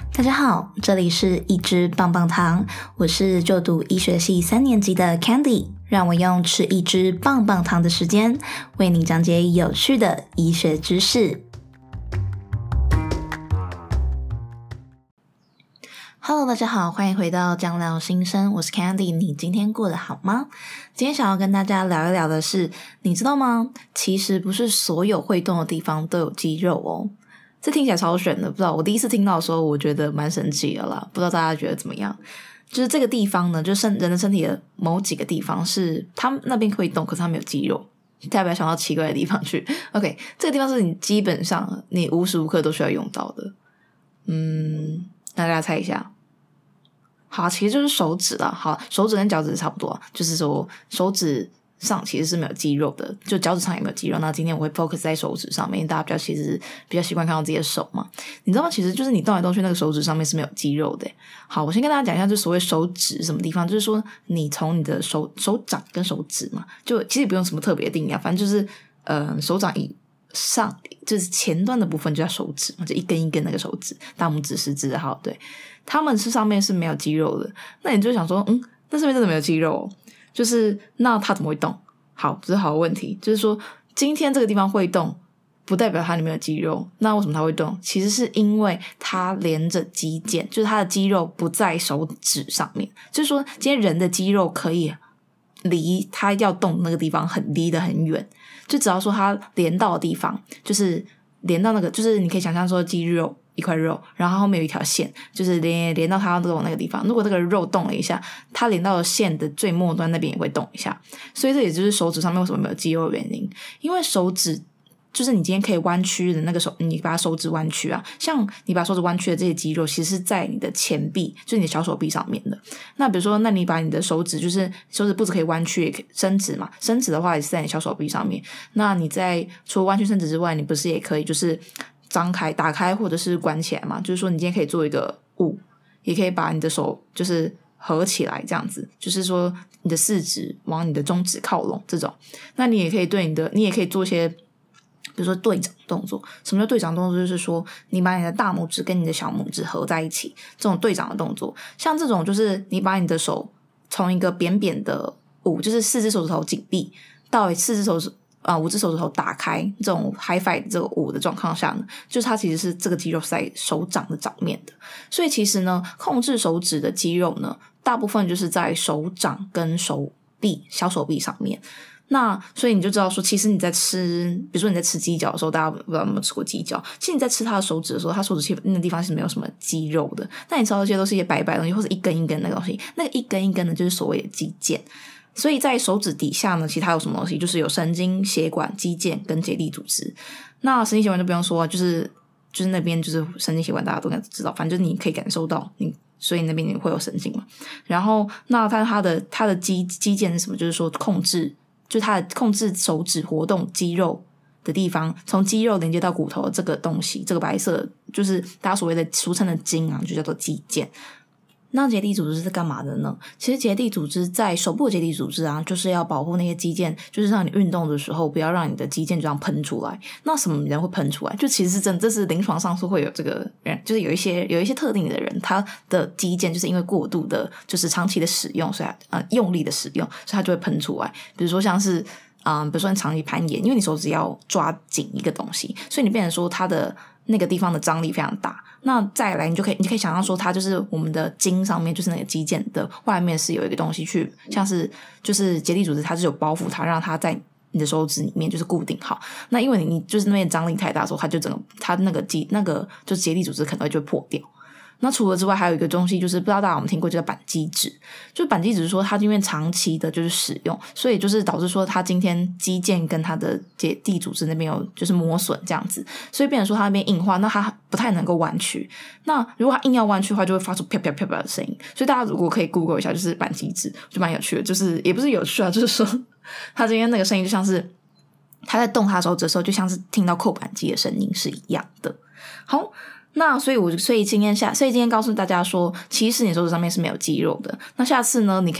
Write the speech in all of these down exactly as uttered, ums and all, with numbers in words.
大家好，这里是一支棒棒糖，我是就读医学系三年级的 Candy， 让我用吃一支棒棒糖的时间，为你讲解有趣的医学知识。Hello， 大家好，欢迎回到酱料新生，我是 Candy， 你今天过得好吗？今天想要跟大家聊一聊的是，你知道吗？其实不是所有会动的地方都有肌肉哦。这听起来超玄的，不知道我第一次听到的时候，我觉得蛮神奇的啦，不知道大家觉得怎么样？就是这个地方呢，就是人的身体的某几个地方是它那边会动，可是它没有肌肉。大家不要想到奇怪的地方去。OK， 这个地方是你基本上你无时无刻都需要用到的。嗯，那大家猜一下。好，其实就是手指啦。好，手指跟脚趾差不多，就是说手指上其实是没有肌肉的，就脚趾上也没有肌肉。那今天我会 focus 在手指上面，因为大家比较其实比较习惯看到自己的手嘛。你知道吗？其实就是你动来动去，那个手指上面是没有肌肉的。好，我先跟大家讲一下，就所谓手指什么地方，就是说你从你的手手掌跟手指嘛，就其实不用什么特别的定义啊，反正就是呃手掌以上就是前端的部分就叫手指嘛，就一根一根那个手指，大拇指、食指，好，对，他们是上面是没有肌肉的。那你就想说，嗯，那上面真的没有肌肉哦？就是那它怎么会动？好，这是好的问题。就是说今天这个地方会动不代表它里面有肌肉，那为什么它会动？其实是因为它连着肌腱，就是它的肌肉不在手指上面。就是说今天人的肌肉可以离它要动的那个地方很离得很远，就只要说它连到的地方，就是连到那个，就是你可以想象说肌肉一块肉，然后后面有一条线，就是连连到它的那个地方。如果这个肉动了一下，它连到的线的最末端那边也会动一下。所以这也就是手指上面为什么没有肌肉的原因。因为手指就是你今天可以弯曲的那个手，你把手指弯曲啊，像你把手指弯曲的这些肌肉其实是在你的前臂，就是你的小手臂上面的。那比如说那你把你的手指，就是手指不止可以弯曲也可以伸直嘛，伸直的话也是在你小手臂上面。那你在除了弯曲伸直之外，你不是也可以就是张开打开或者是关起来嘛，就是说你今天可以做一个五，也可以把你的手就是合起来，这样子就是说你的四指往你的中指靠拢这种。那你也可以对你的你也可以做一些比如说对掌动作。什么叫对掌动作？就是说你把你的大拇指跟你的小拇指合在一起，这种对掌的动作。像这种就是你把你的手从一个扁扁的五，就是四只手指头紧闭，到四只手指啊、呃、五只手指头打开，这种 high five 这个五的状况下呢，就是它其实是这个肌肉是在手掌的掌面的。所以其实呢，控制手指的肌肉呢，大部分就是在手掌跟手臂小手臂上面。那所以你就知道说，其实你在吃，比如说你在吃鸡脚的时候，大家不知道有没有吃过鸡脚，其实你在吃它的手指的时候，它手指那个地方是没有什么肌肉的。但你知道这些都是一些白白的东西，或者一根一根的东西，那个一根一根的就是所谓的肌腱。所以在手指底下呢，其他有什么东西？就是有神经、血管、肌腱跟结缔组织。那神经血管就不用说，就是就是那边就是神经血管，大家都应该知道，反正就是你可以感受到你。所以那边你会有神经嘛。然后那它它的它的肌肌腱是什么？就是说控制。就是它的控制手指活动肌肉的地方，从肌肉连接到骨头的这个东西，这个白色就是大家所谓的俗称的筋啊，就叫做肌腱。那结缔组织是干嘛的呢？其实结缔组织在手部的结缔组织啊，就是要保护那些肌腱，就是让你运动的时候不要让你的肌腱就这样喷出来。那什么人会喷出来？就其实是真的，这是临床上是会有这个人，就是有一些有一些特定的人，他的肌腱就是因为过度的，就是长期的使用，所以呃用力的使用，所以它就会喷出来。比如说像是嗯，比如说你长期攀岩，因为你手指要抓紧一个东西，所以你变成说它的那个地方的张力非常大。那再来你就可以你可以想象说它就是我们的筋上面，就是那个肌腱的外面是有一个东西去，像是就是结缔组织，它是有包覆它，让它在你的手指里面就是固定好。那因为你就是那边张力太大的时候，它就整个它那个肌那个就是结缔组织可能会就会破掉。那除了之外还有一个东西，就是不知道大家有没有听过，就叫扳机指。就是扳机指是说它因为长期的就是使用，所以就是导致说它今天肌腱跟它的结缔组织那边有就是磨损这样子，所以变成说它那边硬化，那它不太能够弯曲。那如果它硬要弯曲的话，就会发出啪啪啪啪的声音。所以大家如果可以 Google 一下，就是扳机指就蛮有趣的，就是也不是有趣啊，就是说它今天那个声音就像是它在动它手指的时候，就像是听到扣扳机的声音是一样的。好。那所以我所以今天下所以今天告诉大家说，其实你手指上面是没有肌肉的。那下次呢，你可以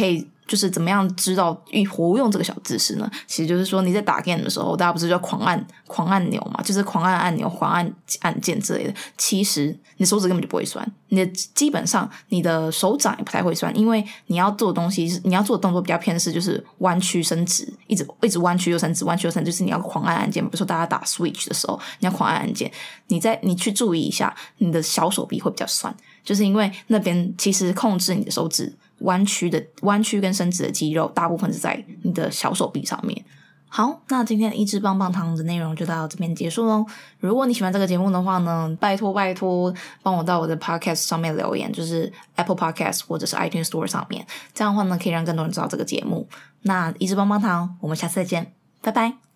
就是怎么样知道活用这个小知识呢？其实就是说你在打 game 的时候，大家不是就狂按狂按钮嘛，就是狂按按钮、狂按按键之类的。其实你手指根本就不会酸，你的基本上你的手掌也不太会酸，因为你要做的东西，你要做的动作比较偏是就是弯曲伸直，一直一直弯曲又伸直，弯曲又伸直，就是你要狂按按键。比如说大家打 Switch 的时候，你要狂按按键，你在你去注意一下，你的小手臂会比较酸，就是因为那边其实控制你的手指弯曲的弯曲跟伸直的肌肉大部分是在你的小手臂上面。好，那今天的益智棒棒糖的内容就到这边结束咯。如果你喜欢这个节目的话呢，拜托拜托帮我到我的 podcast 上面留言，就是 Apple Podcast 或者是 iTunes Store 上面，这样的话呢可以让更多人知道这个节目。那益智棒棒糖我们下次再见，拜拜。